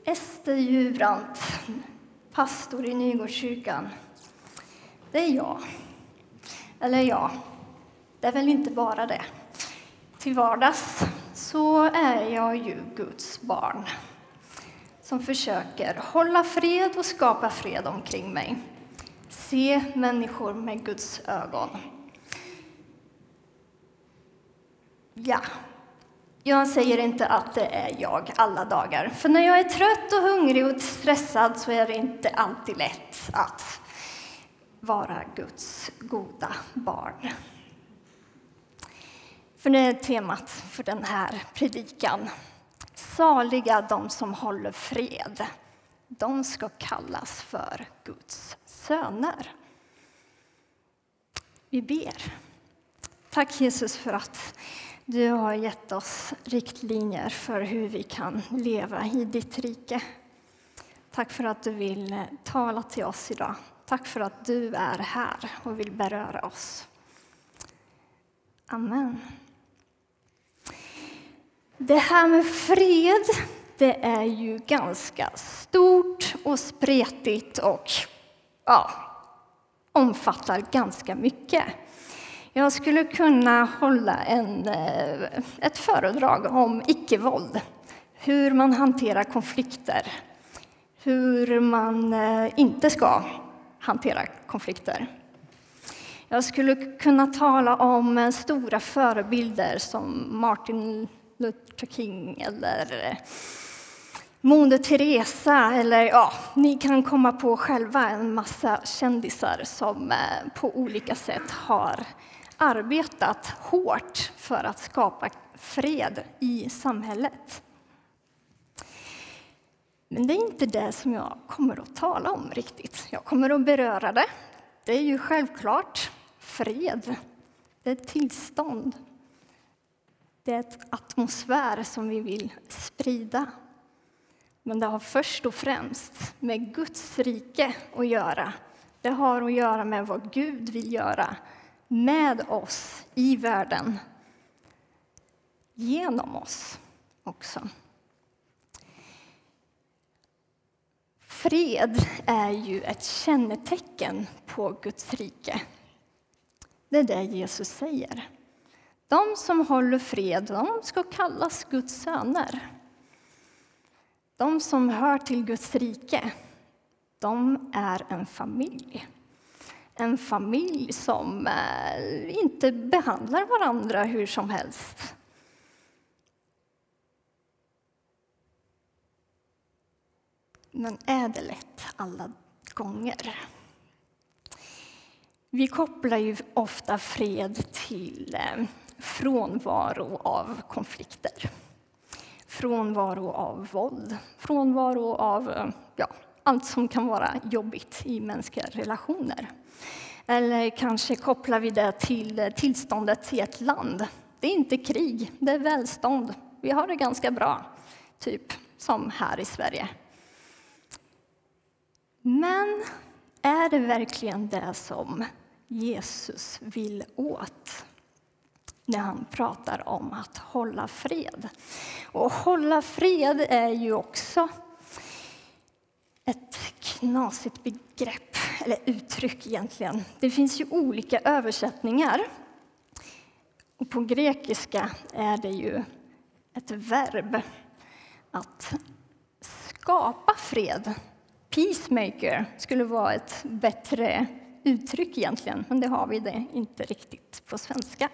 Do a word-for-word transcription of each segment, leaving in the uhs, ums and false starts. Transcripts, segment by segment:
Ester Djurbrant, pastor i Nygårdskyrkan. Det är jag. Eller ja, det är väl inte bara det. Till vardags så är jag ju Guds barn som försöker hålla fred och skapa fred omkring mig. Se människor med Guds ögon. Ja, jag säger inte att det är jag alla dagar. För när jag är trött och hungrig och stressad så är det inte alltid lätt att vara Guds goda barn. För det är temat för den här predikan. Saliga de som håller fred. De ska kallas för Guds söner. Vi ber. Tack Jesus för att du har gett oss riktlinjer för hur vi kan leva i ditt rike. Tack för att du vill tala till oss idag. Tack för att du är här och vill beröra oss. Amen. Det här med fred, det är ju ganska stort och spretigt och ja, omfattar ganska mycket. Jag skulle kunna hålla en, ett föredrag om icke-våld. Hur man hanterar konflikter. Hur man inte ska hantera konflikter. Jag skulle kunna tala om stora förebilder som Martin Luther King eller Moder Teresa. Eller ja, ni kan komma på själva en massa kändisar som på olika sätt har arbetat hårt för att skapa fred i samhället. Men det är inte det som jag kommer att tala om riktigt. Jag kommer att beröra det. Det är ju självklart fred. Det är ett tillstånd. Det är ett atmosfär som vi vill sprida. Men det har först och främst med Guds rike att göra. Det har att göra med vad Gud vill göra med oss i världen. Genom oss också. Fred är ju ett kännetecken på Guds rike. Det är det Jesus säger. De som håller fred, de ska kallas Guds söner. De som hör till Guds rike, de är en familj. En familj som inte behandlar varandra hur som helst. Men är det lätt alla gånger? Vi kopplar ju ofta fred till frånvaro av konflikter. Frånvaro av våld. Frånvaro av ja, allt som kan vara jobbigt i mänskliga relationer. Eller kanske kopplar vi det till tillståndet i ett land. Det är inte krig, det är välstånd. Vi har det ganska bra, typ som här i Sverige. Men är det verkligen det som Jesus vill åt när han pratar om att hålla fred? Och hålla fred är ju också ett knasigt begrepp, eller uttryck egentligen. Det finns ju olika översättningar. Och på grekiska är det ju ett verb att skapa fred. Peacemaker skulle vara ett bättre uttryck egentligen, men det har vi det inte riktigt på svenska.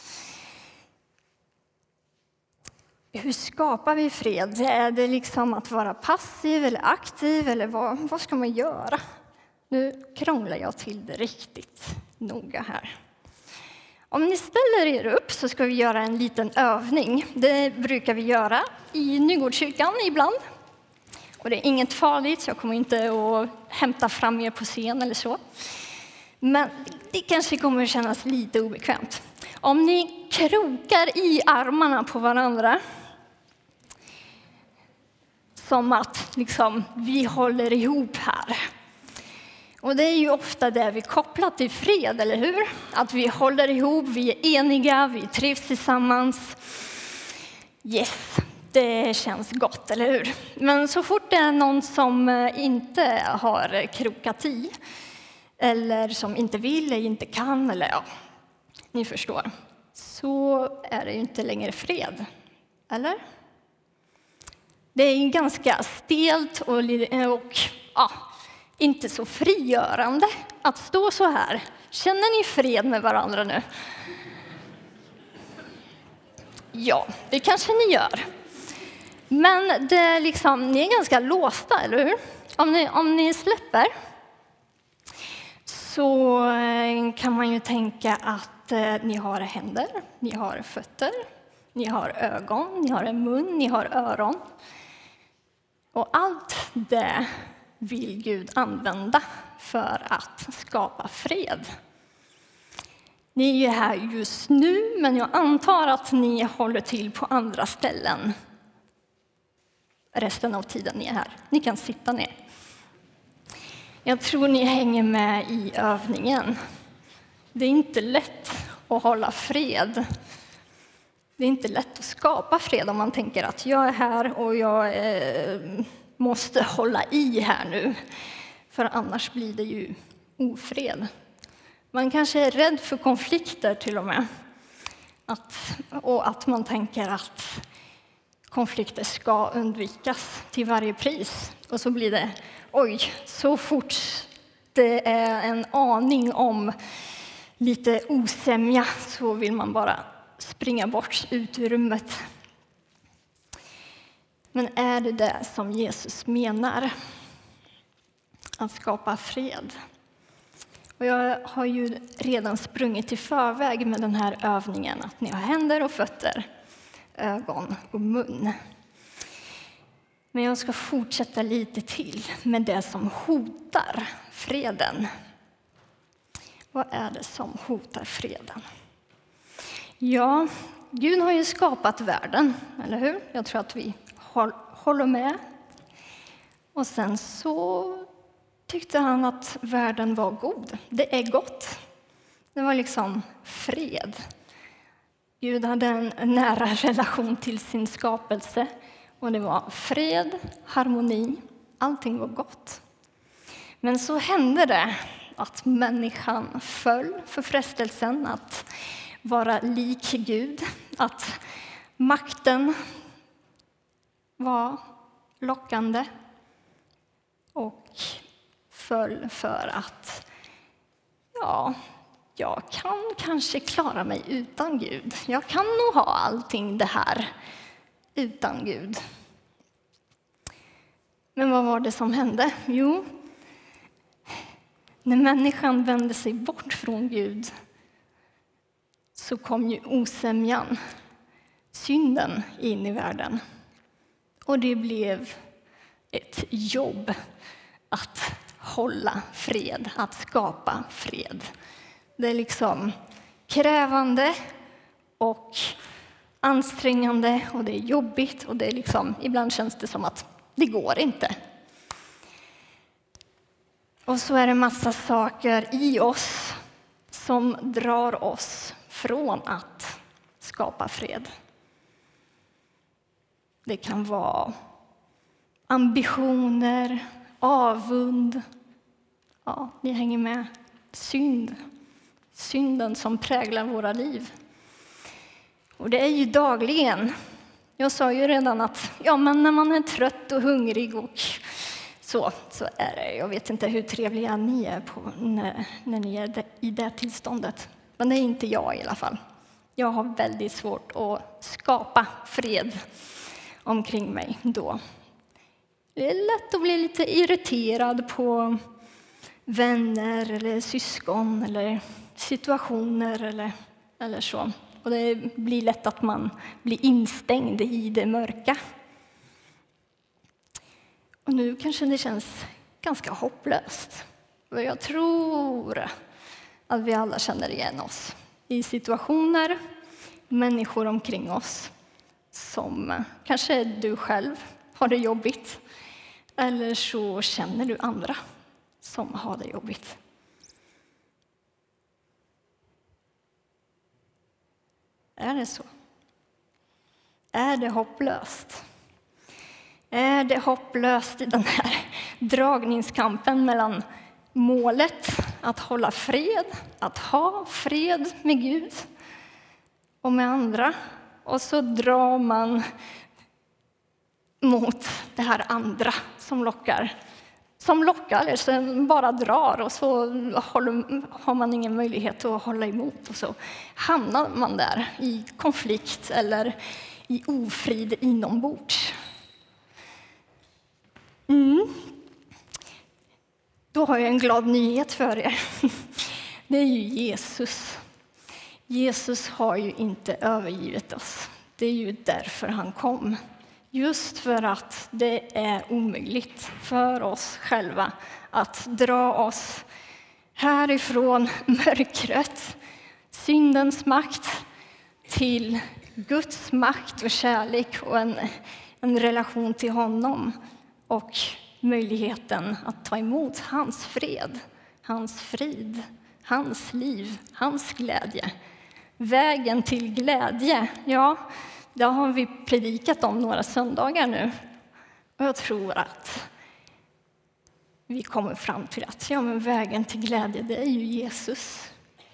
Hur skapar vi fred? Är det liksom att vara passiv eller aktiv, eller vad, vad ska man göra? Nu krånglar jag till det riktigt noga här. Om ni ställer er upp så ska vi göra en liten övning. Det brukar vi göra i Nygårdskyrkan ibland. Och det är inget farligt, jag kommer inte att hämta fram er på scen eller så. Men det kanske kommer att kännas lite obekvämt. Om ni krokar i armarna på varandra. Som att liksom, vi håller ihop här. Och det är ju ofta det vi kopplar till fred, eller hur? Att vi håller ihop, vi är eniga, vi trivs tillsammans. Yes, det känns gott, eller hur? Men så fort det är någon som inte har krokat i, eller som inte vill eller inte kan, eller ja, ni förstår, så är det ju inte längre fred, eller? Det är ju ganska stelt och, och ja, inte så frigörande att stå så här. Känner ni fred med varandra nu? Ja, det kanske ni gör. Men det är liksom, ni är ganska låsta, eller hur? Om ni, om ni släpper så kan man ju tänka att eh, ni har händer, ni har fötter, ni har ögon, ni har en mun, ni har öron. Och allt det vill Gud använda för att skapa fred. Ni är ju här just nu, men jag antar att ni håller till på andra ställen resten av tiden ni är här. Ni kan sitta ner. Jag tror ni hänger med i övningen. Det är inte lätt att hålla fred. Det är inte lätt att skapa fred om man tänker att jag är här och jag eh, måste hålla i här nu. För annars blir det ju ofred. Man kanske är rädd för konflikter till och med. Att, och att man tänker att konflikter ska undvikas till varje pris. Och så blir det, oj, så fort det är en aning om lite osämja så vill man bara springa bort ut ur rummet. Men är det det som Jesus menar? Att skapa fred? Och jag har ju redan sprungit i förväg med den här övningen, att ni har händer och fötter, ögon och mun. Men jag ska fortsätta lite till med det som hotar freden. Vad är det som hotar freden? Ja, Gud har ju skapat världen, eller hur? Jag tror att vi håller med. Och sen så tyckte han att världen var god. Det är gott. Det var liksom fred. Gud hade en nära relation till sin skapelse. Och det var fred, harmoni, allting var gott. Men så hände det att människan föll för frestelsen att vara lik Gud. Att makten var lockande och föll för att ja, jag kan kanske klara mig utan Gud. Jag kan nog ha allting det här utan Gud. Men vad var det som hände? Jo, när människan vände sig bort från Gud så kom ju osämjan, synden, in i världen. Och det blev ett jobb att hålla fred, att skapa fred. Det är liksom krävande och ansträngande och det är jobbigt och det är liksom, ibland känns det som att det går inte. Och så är det massa saker i oss som drar oss från att skapa fred. Det kan vara ambitioner, avund, ja, ni hänger med, synd, synden som präglar våra liv. Och det är ju dagligen. Jag sa ju redan att ja, men när man är trött och hungrig och så, så är det. Jag vet inte hur trevliga ni är på när, när ni är i det tillståndet. Men det är inte jag i alla fall. Jag har väldigt svårt att skapa fred omkring mig då. Det är lätt att bli lite irriterad på vänner eller syskon eller situationer eller, eller så. Och det blir lätt att man blir instängd i det mörka. Och nu kanske det känns ganska hopplöst. Och jag tror att vi alla känner igen oss i situationer, människor omkring oss som kanske du själv har det jobbigt. Eller så känner du andra som har det jobbigt. Är det så? Är det hopplöst? Är det hopplöst i den här dragningskampen mellan målet att hålla fred, att ha fred med Gud och med andra, och så drar man mot det här andra som lockar, som lockar eller som bara drar, och så håller, har man ingen möjlighet att hålla emot, och så hamnar man där i konflikt eller i ofrid inombords. Mm. Då har jag en glad nyhet för er. Det är ju Jesus. Jesus har ju inte övergivit oss. Det är ju därför han kom. Just för att det är omöjligt för oss själva att dra oss härifrån mörkret, syndens makt, till Guds makt och kärlek och en, en relation till honom. Och möjligheten att ta emot hans fred, hans frid, hans liv, hans glädje. Vägen till glädje, ja, det har vi predikat om några söndagar nu. Och jag tror att vi kommer fram till att ja, men vägen till glädje, det är ju Jesus.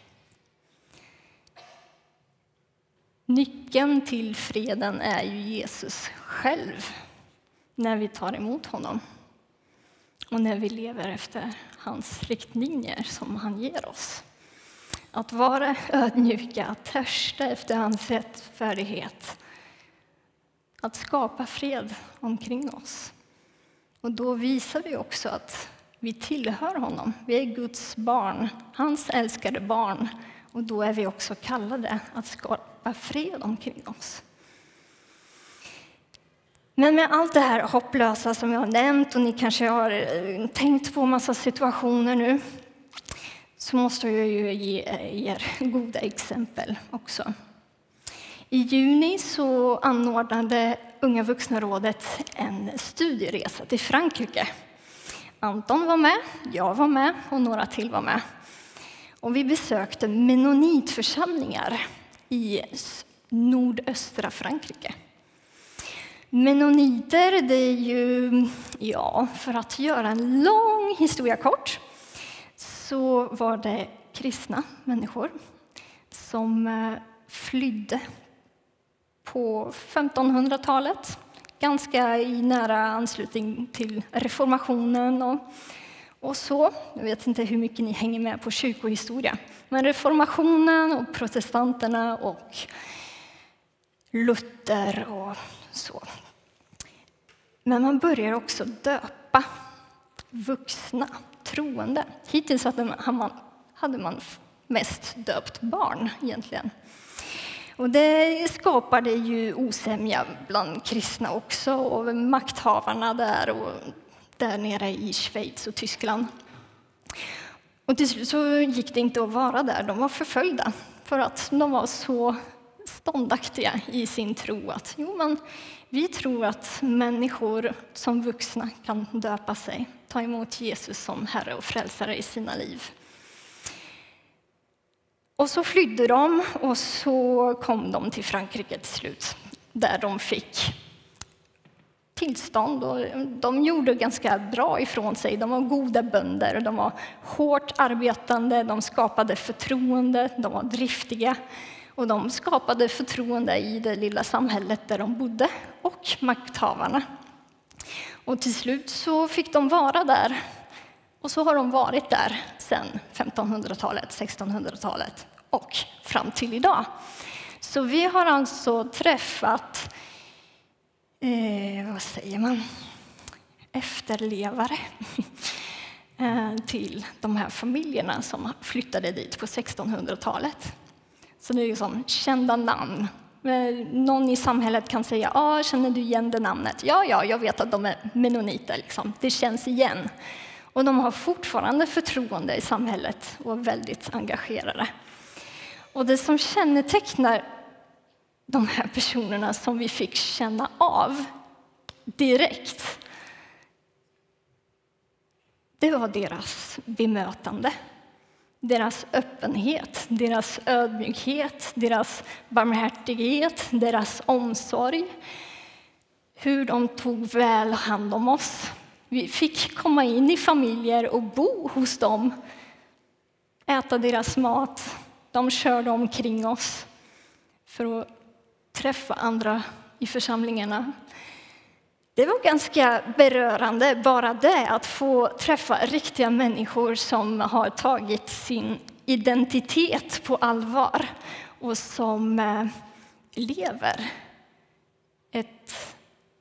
Nyckeln till freden är ju Jesus själv när vi tar emot honom. Och när vi lever efter hans riktlinjer som han ger oss. Att vara ödmjuka, att törsta efter hans rättfärdighet. Att skapa fred omkring oss. Och då visar vi också att vi tillhör honom. Vi är Guds barn, hans älskade barn. Och då är vi också kallade att skapa fred omkring oss. Men med allt det här hopplösa som jag har nämnt, och ni kanske har tänkt på massa situationer nu, så måste jag ju ge er goda exempel också. I juni så anordnade Unga vuxna-rådet en studieresa till Frankrike. Anton var med, jag var med och några till var med. Och vi besökte mennonitförsamlingar i nordöstra Frankrike. Mennoniter, det är ju, ja, för att göra en lång historia kort, så var det kristna människor som flydde på femtonhundratalet, ganska i nära anslutning till reformationen och, och så. Jag vet inte hur mycket ni hänger med på kyrkohistoria, men reformationen och protestanterna och Luther och så. Men man börjar också döpa vuxna troende. Hittills hade man, hade man mest döpt barn egentligen. Och det skapade ju osämja bland kristna också, och makthavarna där och där nere i Schweiz och Tyskland. Och till slut så gick det inte att vara där. De var förföljda för att de var så ståndaktiga i sin tro att jo, men vi tror att människor som vuxna kan döpa sig, ta emot Jesus som Herre och frälsare i sina liv. Och så flydde de och så kom de till Frankrike till slut, där de fick tillstånd. Och de gjorde ganska bra ifrån sig. De var goda bönder, de var hårt arbetande, de skapade förtroende, de var driftiga. Och de skapade förtroende i det lilla samhället där de bodde och makthavarna. Och till slut så fick de vara där. Och så har de varit där sedan femtonhundratalet, sextonhundratalet och fram till idag. Så vi har alltså träffat, eh, vad säger man, efterlevare till de här familjerna som flyttade dit på sextonhundratalet. Så det är liksom kända namn. Någon i samhället kan säga, ah, känner du igen det namnet? Ja, ja, jag vet att de är mennoniter. Liksom. Det känns igen. Och de har fortfarande förtroende i samhället och är väldigt engagerade. Och det som kännetecknar de här personerna som vi fick känna av direkt, det var deras bemötande. deras öppenhet, deras ödmjukhet, deras barmhärtighet, deras omsorg. Hur de tog väl hand om oss. Vi fick komma in i familjer och bo hos dem. Äta deras mat. De körde omkring oss för att träffa andra i församlingarna. Det var ganska berörande bara det, att få träffa riktiga människor som har tagit sin identitet på allvar och som eh, lever ett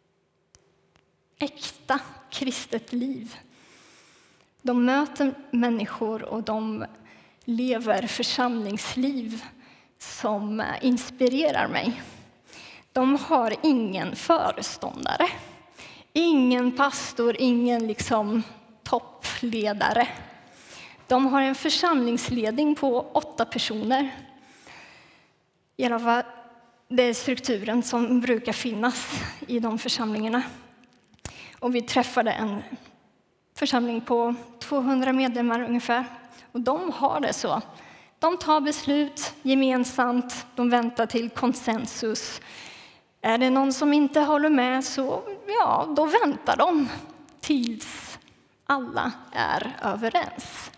äkta kristet liv. De möter människor och de lever församlingsliv som inspirerar mig. De har ingen föreståndare, ingen pastor, ingen liksom toppledare. De har en församlingsledning på åtta personer. I alla fall, det är strukturen som brukar finnas i de församlingarna. Och vi träffade en församling på tvåhundra medlemmar ungefär. Och de har det så. De tar beslut gemensamt, de väntar till konsensus. Är det någon som inte håller med så ja, då väntar de tills alla är överens.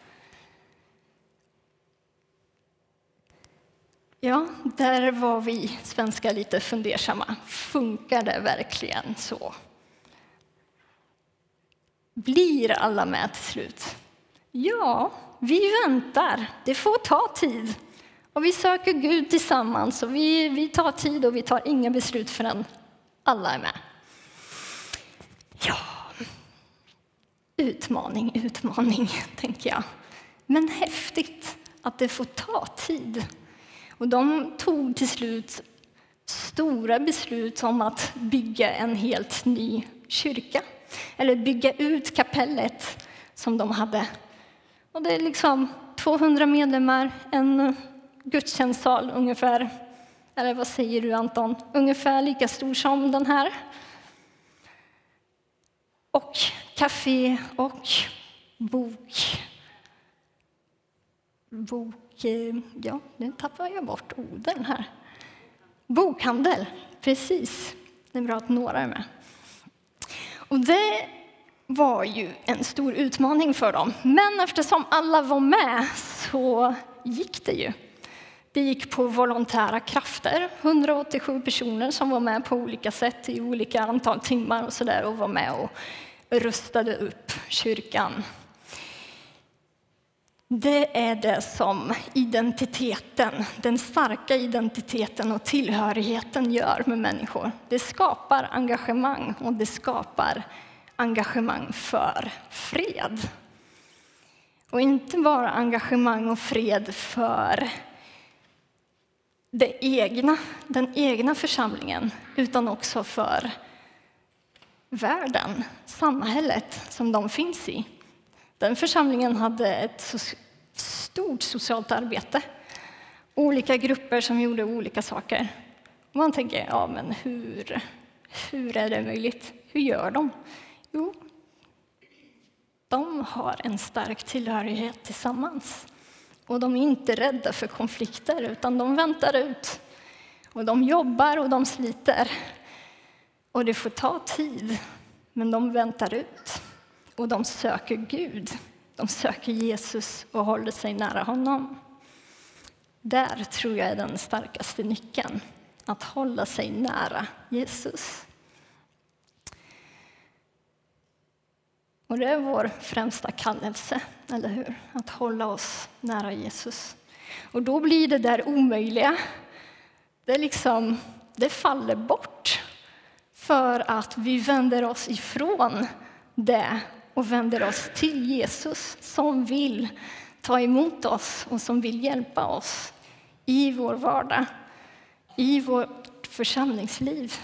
Ja, där var vi svenskar lite fundersamma. Funkar det verkligen så? Blir alla med till slut? Ja, vi väntar. Det får ta tid. Och vi söker Gud tillsammans. Och vi, vi tar tid och vi tar inga beslut förrän alla är med. Ja, utmaning, utmaning, tänker jag. Men häftigt att det får ta tid. Och de tog till slut stora beslut om att bygga en helt ny kyrka. Eller bygga ut kapellet som de hade. Och det är liksom tvåhundra medlemmar, en gudstjänstsal ungefär. Eller vad säger du, Anton? Ungefär lika stor som den här. Och café och bok. Bok, ja, nu tappar jag bort orden här. Bokhandel, precis. Det är bra att några är med. Och det var ju en stor utmaning för dem. Men eftersom alla var med så gick det ju. Det gick på volontära krafter. hundraåttiosju personer som var med på olika sätt i olika antal timmar och så där och var med och rustade upp kyrkan. Det är det som identiteten, den starka identiteten och tillhörigheten gör med människor. Det skapar engagemang och det skapar engagemang för fred. Och inte bara engagemang och fred för det egna, den egna församlingen, utan också för världen, samhället som de finns i. Den församlingen hade ett stort socialt arbete. Olika grupper som gjorde olika saker. Och man tänker, ja men hur, hur är det möjligt? Hur gör de? Jo, de har en stark tillhörighet tillsammans. Och de är inte rädda för konflikter, utan de väntar ut. Och de jobbar och de sliter. Och det får ta tid, men de väntar ut. Och de söker Gud. De söker Jesus och håller sig nära honom. Där tror jag är den starkaste nyckeln. Att hålla sig nära Jesus. Och det är vår främsta kallelse, eller hur? Att hålla oss nära Jesus. Och då blir det där omöjliga. Det, liksom, det faller bort. För att vi vänder oss ifrån det och vänder oss till Jesus som vill ta emot oss och som vill hjälpa oss i vår vardag, i vårt församlingsliv.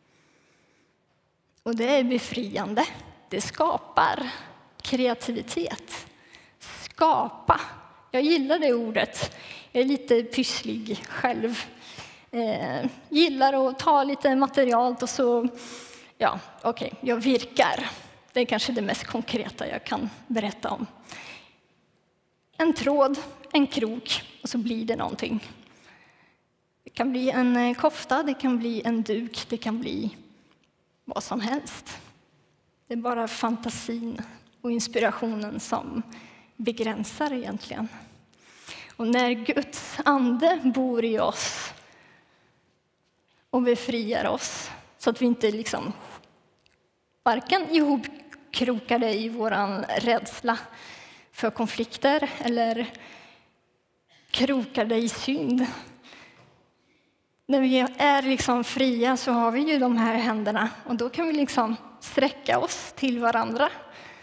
Och det är befriande. Det skapar kreativitet. Skapa. Jag gillar det ordet. Jag är lite pysslig själv. Eh, gillar att ta lite material och så, ja, okej, okay, jag virkar. Det är kanske det mest konkreta jag kan berätta om. En tråd, en krok och så blir det någonting. Det kan bli en kofta, det kan bli en duk, det kan bli vad som helst. Det är bara fantasin och inspirationen som begränsar egentligen. Och när Guds ande bor i oss och befriar oss så att vi inte liksom varken ihopkrokade i våran rädsla för konflikter eller krokade i synd. När vi är liksom fria så har vi ju de här händerna och då kan vi liksom sträcka oss till varandra.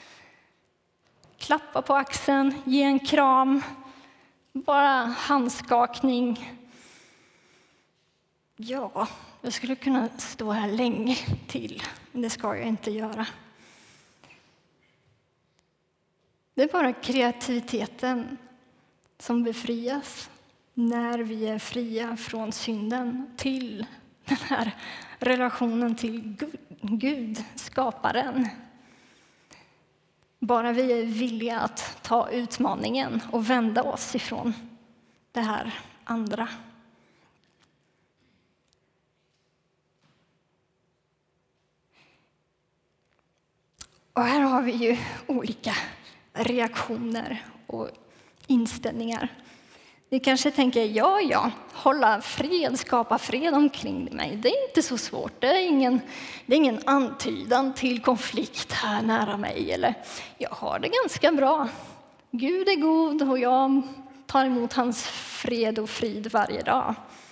Klappa på axeln, ge en kram, bara handskakning. Ja, jag skulle kunna stå här länge till, men det ska jag inte göra. Det är bara kreativiteten som befrias när vi är fria från synden till den här relationen till Gud, skaparen. Bara vi är villiga att ta utmaningen och vända oss ifrån det här andra. Och här har vi ju olika reaktioner och inställningar. Ni kanske tänker, ja, ja, hålla fred, skapa fred omkring mig. Det är inte så svårt. Det är ingen, det är ingen antydan till konflikt här nära mig. Eller, jag har det ganska bra. Gud är god och jag tar emot hans fred och frid varje dag.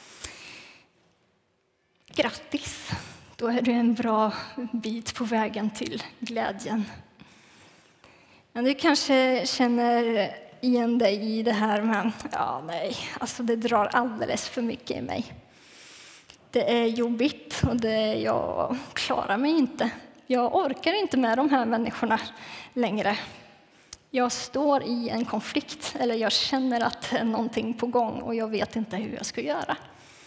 Grattis! Då är du en bra bit på vägen till glädjen. Men du kanske känner igen dig i det här med, ja nej, alltså det drar alldeles för mycket i mig. Det är jobbigt och det, jag klarar mig inte. Jag orkar inte med de här människorna längre. Jag står i en konflikt eller jag känner att det är någonting på gång och jag vet inte hur jag ska göra.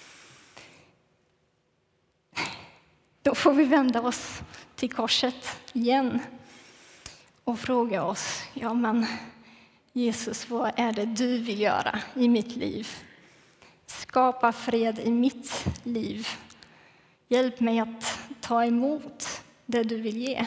Då får vi vända oss till korset igen och fråga oss, ja men Jesus, vad är det du vill göra i mitt liv? Skapa fred i mitt liv. Hjälp mig att ta emot det du vill ge.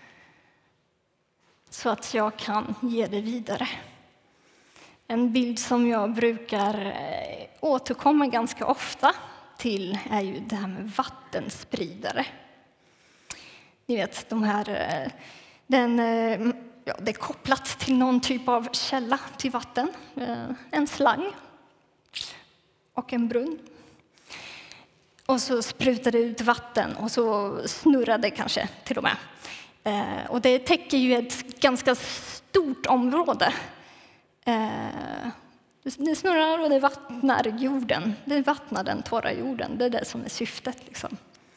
Så att jag kan ge det vidare. En bild som jag brukar återkomma ganska ofta till är ju det här med vattenspridare. Ni vet, de här, den, ja, det är kopplat till någon typ av källa till vatten. En slang och en brunn. Och så sprutar det ut vatten och så snurrar det kanske till och med. Och det täcker ju ett ganska stort område. Det snurrar och det vattnar jorden. Det vattnar den torra jorden. Det är det som är syftet. Liksom.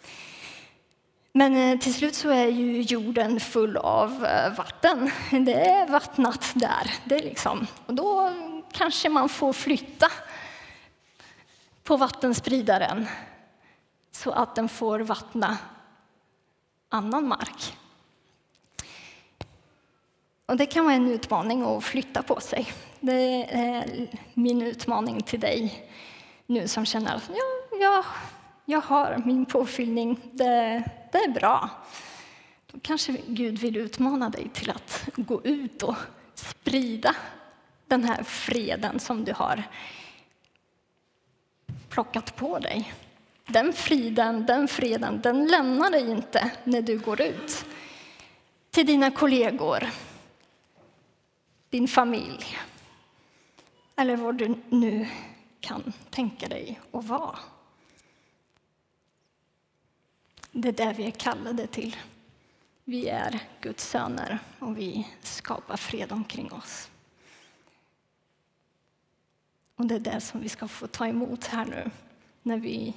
Men till slut så är ju jorden full av vatten. Det är vattnat där. Det är liksom. Och då kanske man får flytta på vattenspridaren så att den får vattna annan mark. Och det kan vara en utmaning att flytta på sig. Det är min utmaning till dig nu som känner att ja, ja, jag har min påfyllning, det, det är bra. Då kanske Gud vill utmana dig till att gå ut och sprida den här freden som du har plockat på dig. Den friden, den freden, den lämnar dig inte när du går ut till dina kollegor, din familj eller vad du nu kan tänka dig att vara. Det är det vi är kallade till. Vi är Guds söner och vi skapar fred omkring oss. Och det är det som vi ska få ta emot här nu när vi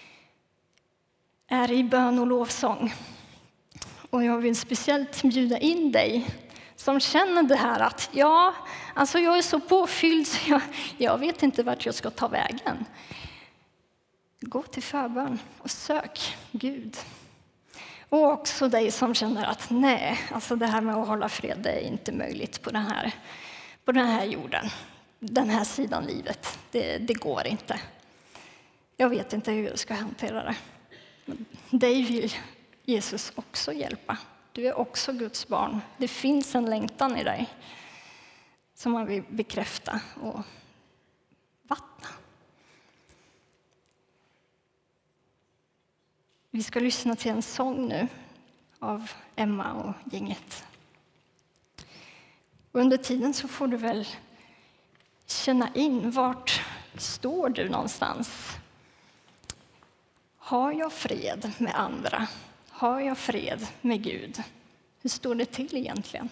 är i bön och lovsång. Och jag vill speciellt bjuda in dig som känner det här att ja, alltså jag är så påfylld så jag, jag vet inte vart jag ska ta vägen. Gå till förbön och sök Gud. Och också dig som känner att nej, alltså det här med att hålla fred det är inte möjligt på den här, på den här jorden. den här sidan livet. Det, det går inte. Jag vet inte hur jag ska hantera det. Men dig vill Jesus också hjälpa. Du är också Guds barn. Det finns en längtan i dig som han vill bekräfta och vattna. Vi ska lyssna till en sång nu av Emma och gänget. Under tiden så får du väl känna in, vart står du någonstans? Har jag fred med andra? Har jag fred med Gud? Hur står det till egentligen?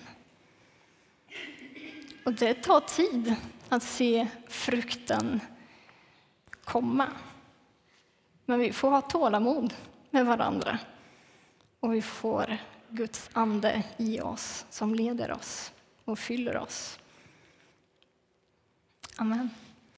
Och det tar tid att se frukten komma. Men vi får ha tålamod med varandra. Och vi får Guds ande i oss som leder oss och fyller oss. Amen.